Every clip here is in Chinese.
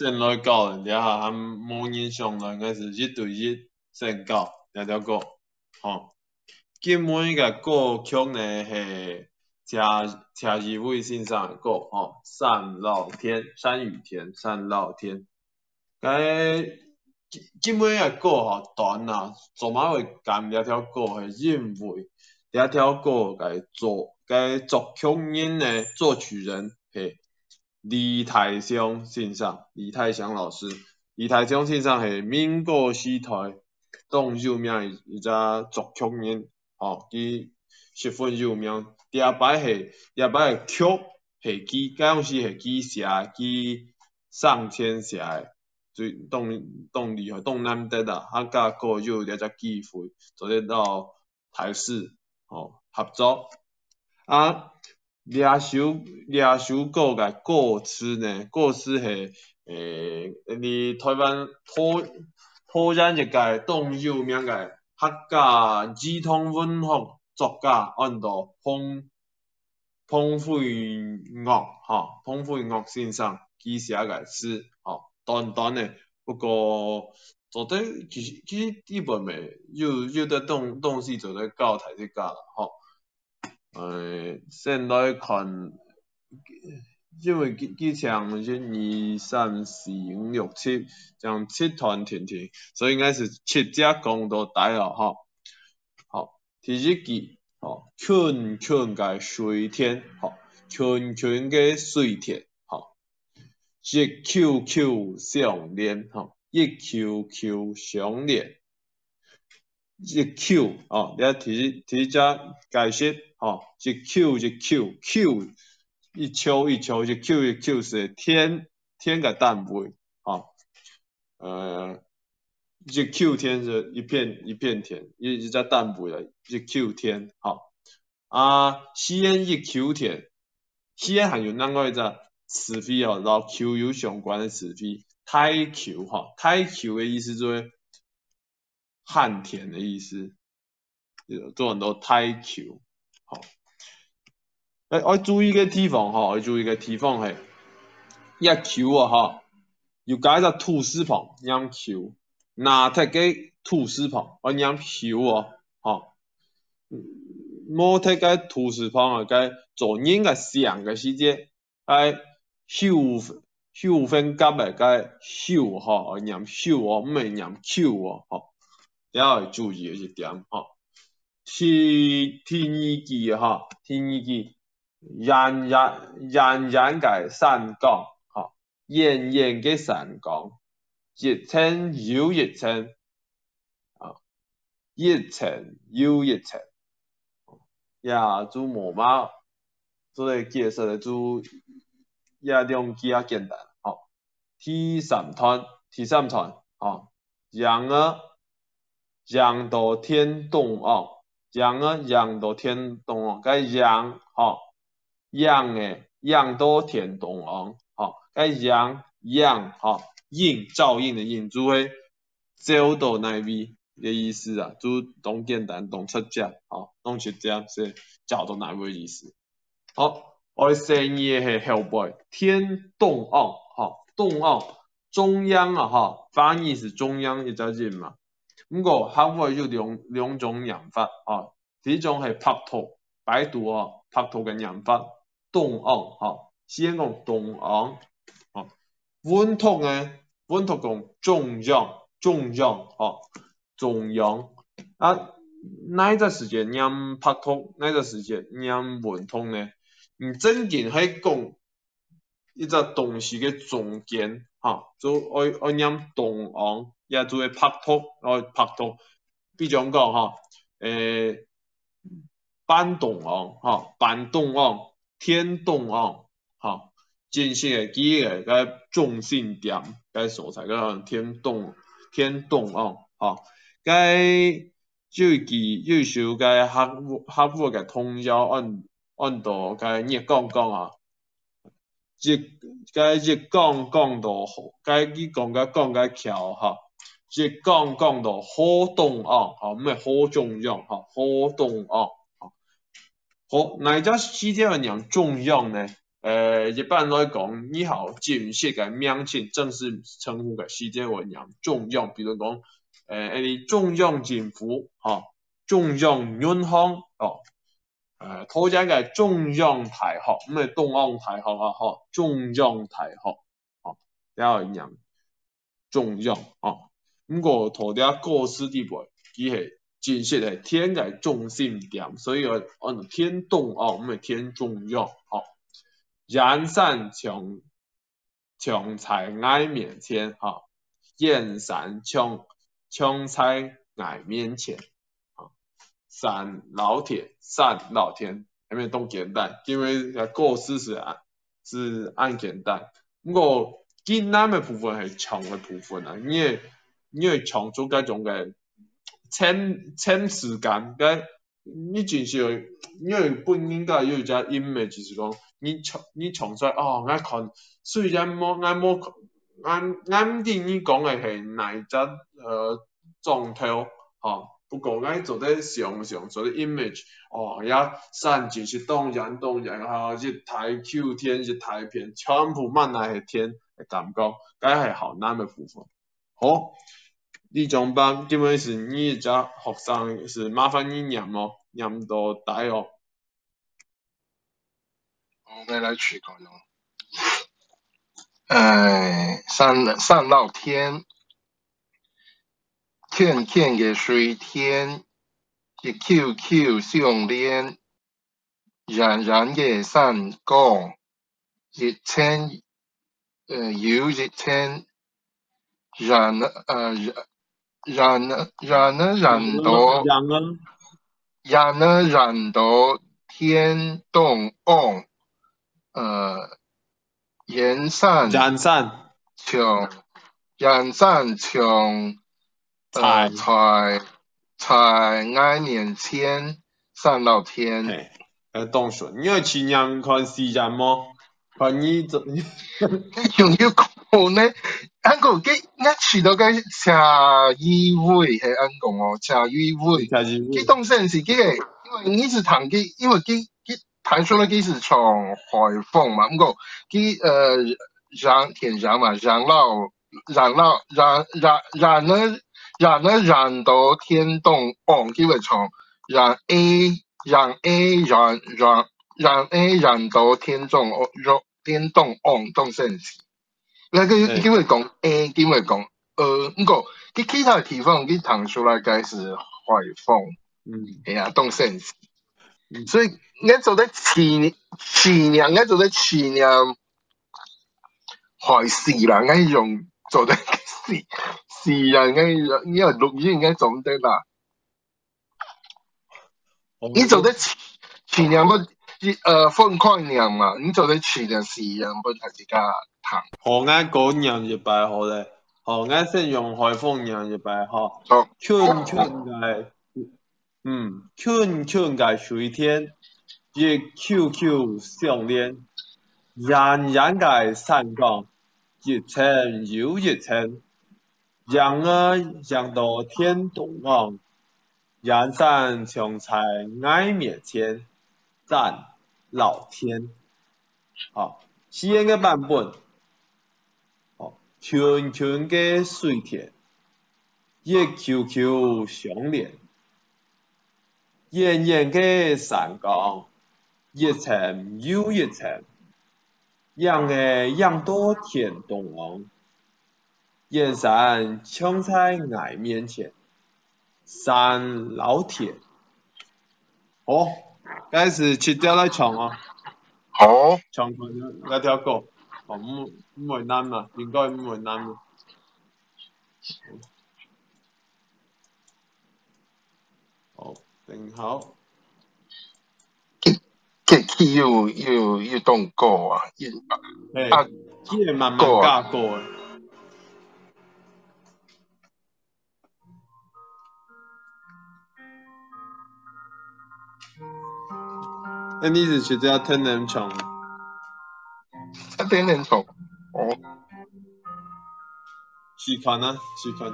先来教人家哈，他模印象啦，应该是1对1先教两条歌，吼。基本个歌曲呢是车志伟先生的歌，吼，山老天，山雨天，山老天。基本个歌吼短啊，做嘛会揀兩條歌係因為兩條歌作曲人呢作曲人係李泰祥先生，李泰祥老師。李泰祥先生係民國時代當有名一個作曲人，吼，佢十分有名。第二擺嘅曲係佢嗰陣時係佢寫，佢上天寫嘅。最動力和動難得啦，他甲個有了只機會，做得到台視合作。兩首歌嘅歌詞呢，歌詞係你台灣突然一個當有名嘅客家兒童文學作家，按到彭惠岳先生佢寫嘅詩，短的，不過做得其實基本未有的東西做得教台式教啦，吼。先來看，因為佢唱是2、3、4、5、6、7，這樣7團甜甜，所以應該是7隻共同帶咯，吼。好，第一句，吼，圈圈嘅水田，吼，圈圈嘅水田。一口口相連，吼，一口口相連，一口你提只解釋，一口一口，一口是天嘅單位，一口天是一片田，一隻單位啦，一口天，西安一口田，西安還有另外一隻詞彙然後球有相關的詞彙，太球太球的意思就是旱田的意思，做很多太球，要注意個地方係一球要加一個吐司旁，念球，拿鐵嘅吐司旁，我念球冇鐵嘅吐司旁嘅做人嘅想嘅時節，手分甲嘅個手念手唔係念球要注意嘅一點第二句冉冉嘅山崗遠遠嘅山崗，熱情又熱情，熱情又熱情，做無嘛做個介紹的做兩句啊簡單，第三團羊到天東羊到天東個羊羊到天東個羊映照應的映，就會走到那邊的意思啊，就當簡單當出家當出家是走到那邊的意思。好，我哋成嘢係後背天東東中央翻譯是中央一隻字嘛。不過後背有兩種念法第一種係拍圖擺圖拍圖嘅念法東昂先講東昂穩讀呢穩讀講中央哪一個時間念拍圖哪一個時間念穩讀呢真正係講一個東西嘅中間就愛念東昂也就會拍圖比如講板東昂天東昂真正嘅記憶嘅中心點嘅所在嘅天東昂有時候嘅客戶嘅通宵按到嘅熱講熱講到佢講嘅橋熱講到好東昂唔係好中央好東昂好哪一隻時間念中央呢一般来讲，以后正式嘅名称正式称呼嘅世界文人中央，比如讲中央政府中央银行土家嘅中央大學，咁係東安大學中央大學有人中央咁個土家各司地位，佢係正式係天嘅中心點，所以按天東咁係天中央人山搶在愛面前人山搶在愛面前山老天，係咪咁簡單？因為個事是按簡單，不過艱難嘅部分係長嘅部分因為長做嗰種嘅長時間嘅，你真是因為本應該有一隻 image 就是講，你長出來我看雖然我唔知你講嘅係哪一隻狀態不過我做啲想做啲 image 山就是東洋一大 Q 天一大片，全部滿係天嘅感覺，嗰係好難嘅部分。好，呢種班基本是你家學生是麻煩你念到大學。 我來取個咯。山老天，天嘅水天，一 QQ 相連，人嘅山崗，一千有一千，人到天東岸，人山搶在愛面前，山老天。 當順，因為前人看時間麼？看你做。 你仲要講呢？安講我去到個茶議會係安講茶議會，佢當時是佢嘅，因為你是談佢，因為佢談說了佢是從海豐嘛，咁講佢天然嘛，然到天東岸，佢會從然 A 然到天東岸當陣時，那個佢會講 A， 佢會講唔過佢其他地方佢談出來嘅是海豐，係啊，當陣時，所以我做得去年海事啦，我用做得事啊，因為錄音應該做唔得啦。你做得去年不分開年嘛？你做得去年是人不係自家談。 我啱嗰年就擺好咧，我先用海豐年就擺好。圈嘅水天，一 QQ 相連，人嘅山崗，一層又一層，人到天東岸，人山搶在愛面前，讚老天。西安嘅版本。圈嘅水田，一 QQ 相連，遠嘅山崗，一層又一層，人到天東岸，人山搶在愛面前，山老天。好，開始切掉來唱好， 唱嗰條歌，唔會難嘛，應該唔會難嘛。好，定好。 佢要當歌啊， 佢係慢慢加歌嘅。那你是覺得聽人唱？ 聽人唱， 試看啊，試看。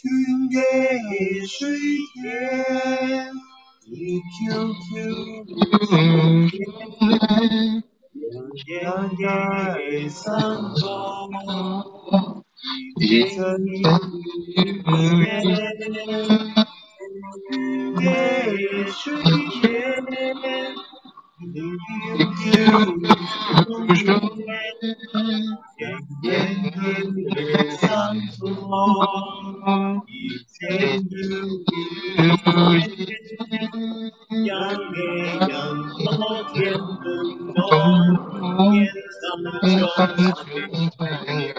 云给水天，一 QQ 相连，烟给山高，一层一线，云给水天，一 QQ 相连。烟给山高，一千有一千，羊给羊到天空中，天上穷太阳，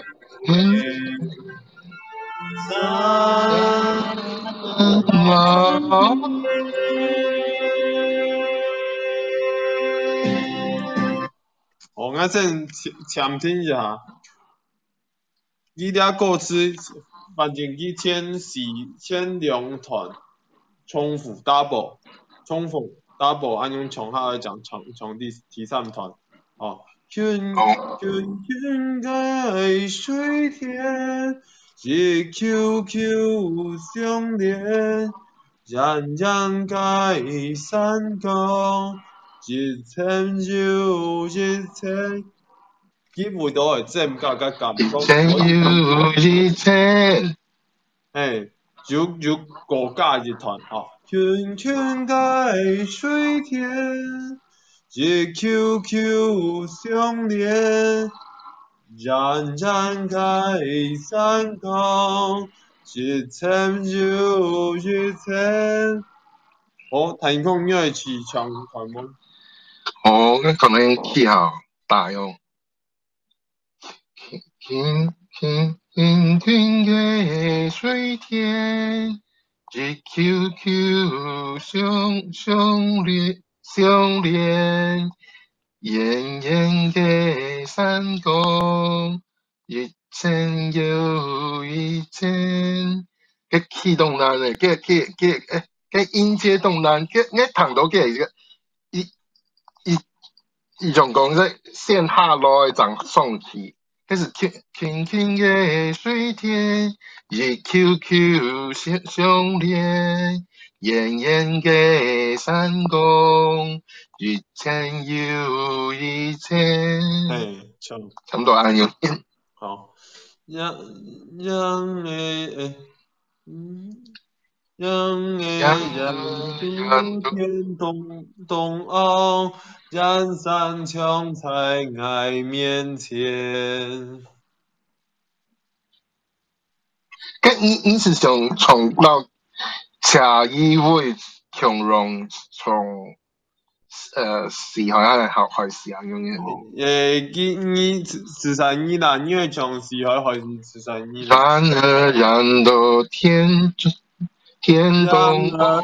山我先强听一下，伊俩故事反正去签两团重复 double，按用穷话来讲，从第三团哦。圈在水天，一 QQ 相连，人盖山高，一千又一千。基本都係即係唔加加減， 一千， 就國家一團啊，圈蓋水天，一 QQ 相連，人蓋山高，一千又一千。哦，天空因為起長團嗎？ 哦，那可能氣好大哦。天嘅水天，一 QQ 相連，煙嘅山高，一千又一千。cái khi đông南này cái音阶đông南cái thằng đó cái伊種講在線下來長上去，嗰是輕輕嘅水天，一 QQ 相連，遠遠嘅山宮，一千又一千。差唔多按樣。 好，讓天東翱，人山窮在愛面前。 你是想從到下一位強榮從時海開始啊？ 你13啦，因為從時海開始13啦。 然而人都天東歐，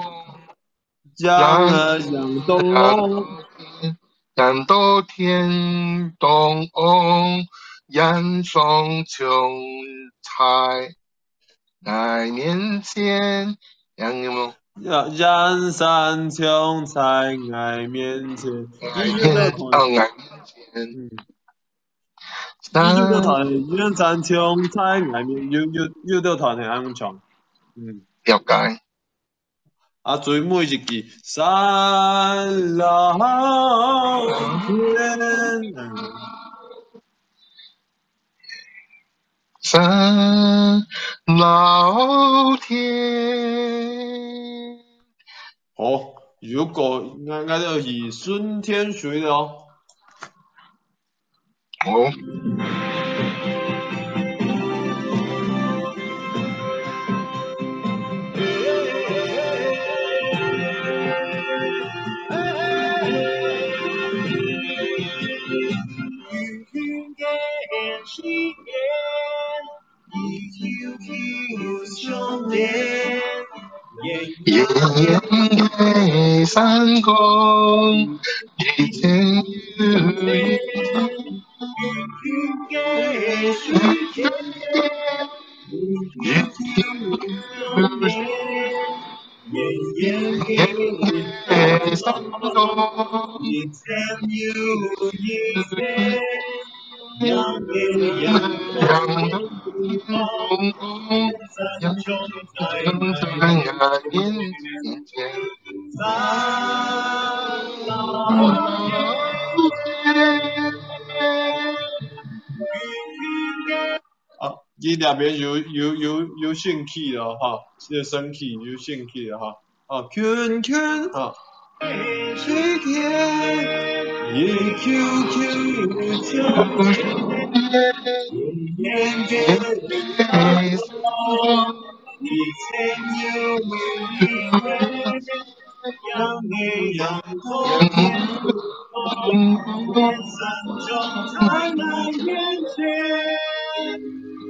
人都天東歐，人雙窮在愛面前，有冇？ 人山窮在愛面前，愛面前。有團人山窮在愛面，有團係咁唱。 了解。 啊，最尾一句山老天， 山老天。 好，如果啱就是順天水了哦。 好。 云給水天，一 QQ 相連， 煙給山宮，一千又一千。 雲給水天，一 QQ 相連，煙給山高，一千又一千。羊給羊公公要穷在那年前， 啊，伊那边有兴趣了哈，这生气有兴趣了哈，啊，圈圈啊，水天一 QQ 秋天天边以前有美丽的阳黑阳光天天山中在那眼前。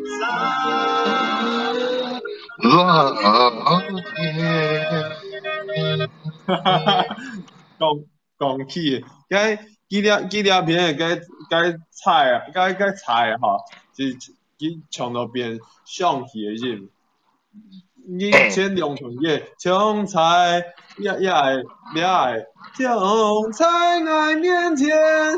老天， 哈哈哈，讲起，几粒片该菜啊，该菜哈，是唱到边上去的人，你千两同业抢菜也会抢菜在面前，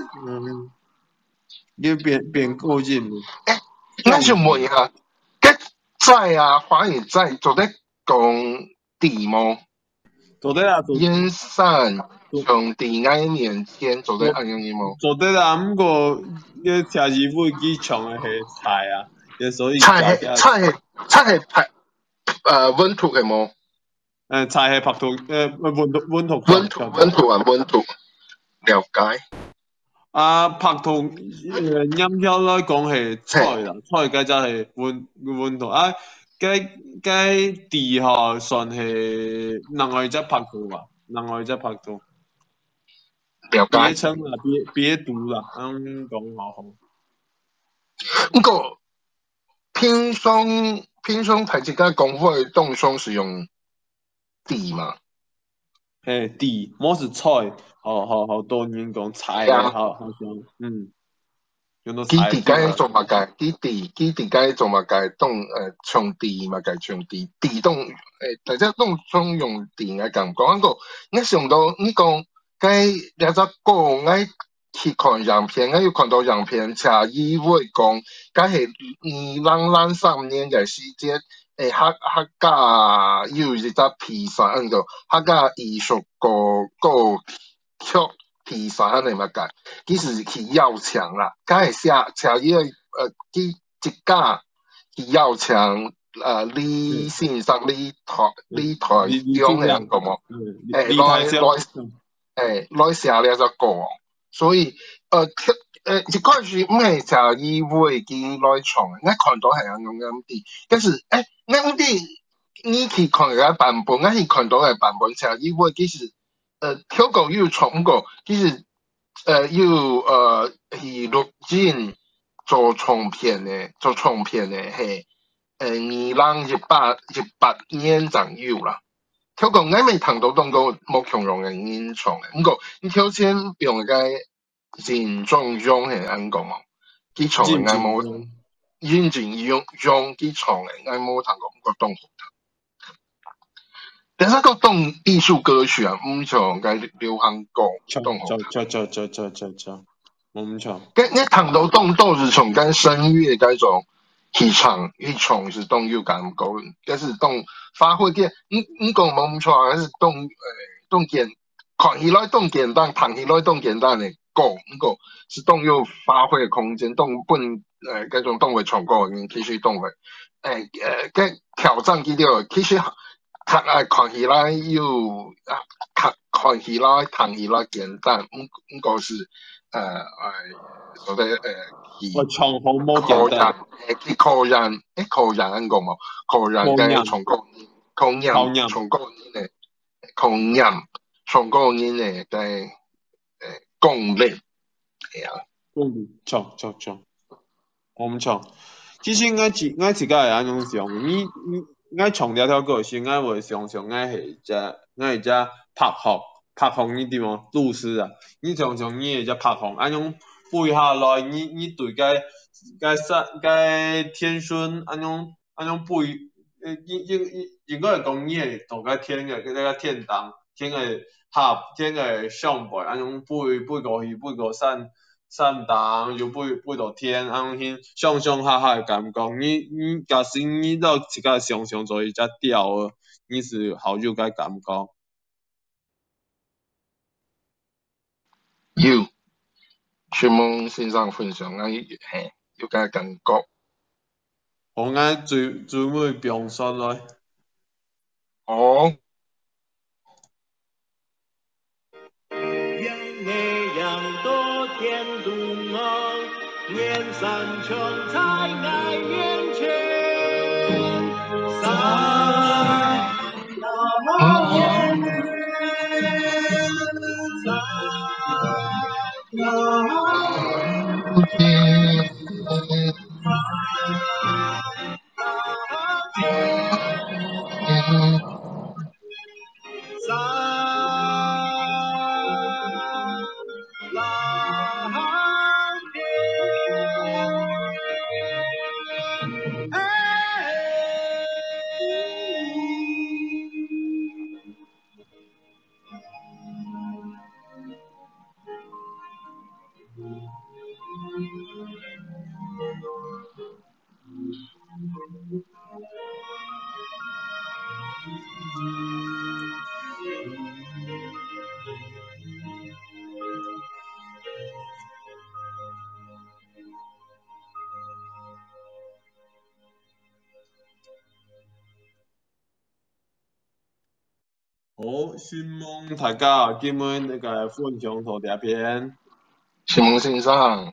你变过人了， 我想上去问一下，嗰仔啊，反而仔做得講地麼？ 做得啦， 燕山做從地愛年前做得做安樣嘢麼？ 做得啦，不過你聽師傅佢唱的係菜啊，所以菜加係拍溫土嘅麼？ 菜係拍到溫讀溫土上溫土啊溫土，了解。 啊拍到音標來講係菜啦，菜嘅就係溫讀啊，嘅地下算係另外一隻拍到吧，另外一隻拍到， 了解。 別稱啦，別讀啦，咁講好。 不過平常睇自家講話嘅動商是用地嘛？ 嘿，地，莫是菜，好多人講菜嘅，好像，用到基菜地啊， 地解做乜解？基地解做乜解？從地乜解？從地大家動用地嘅感覺。不過我想到你講解一隻歌，我去看樣片，我有看到樣片，查以為講，解係2003年嘅時節。客家有一隻披薩，客家藝術個曲披薩係乜解？其實去要強啦，佢係寫伊個佢一家去要強李先生李台長嘅個麼？來寫了隻歌，所以一開始唔係寫伊會佢來唱，我看到係咁樣啲，但是啱啲你去看個版本，我去看到嘅版本寫伊會其實跳過又唱過，其實要去錄音做唱片嘅係2018年左右啦。跳過我未聽到當個冇強容嘅演唱嘅，不過你跳先用嘅認中係安講嘛，佢唱嘅我冇認真用佢唱嘅我冇聽過，不過當好聽。但係個當藝術歌曲啊，唔唱嘅流行歌當好聽。 我唔唱。 我聽到當都是從跟聲樂嗰種去唱是當有感覺，但是當發揮嘅，你講冇錯，係當看起來當簡單，聽起來當簡單嘅歌，是當有發揮嘅空間，當本嗰種當會唱歌嘅人，其實當會嘅挑戰佢哋，其實看起來又看起來聽起來簡單，是所謂我唱好冇簡單， 考人講嘛，考人嘅唱歌，考人唱歌嘅嘅功力係啊， 功力唱，我唔唱。其實我自己係安種想，你唱條歌時，我會想我係只拍紅呢啲麼？老師啊，你常你係只拍紅，安種背下來，你對該天孫安種背，應該係講你係同個天嘅嗰個天堂，天嘅上輩，安種背過去背過山。 散动又飞到天，安尼上上下下的感觉，你假使你到一个上上做一只吊儿，你是好有个感觉。 有，询问先生分享嘿，有个感觉。 我爱最尾描述来。 哦。 养儿养多天独梦，年三穷才爱面前。三老天，三老天。 好，希望大家今晚那个分享到这边。 询问先生。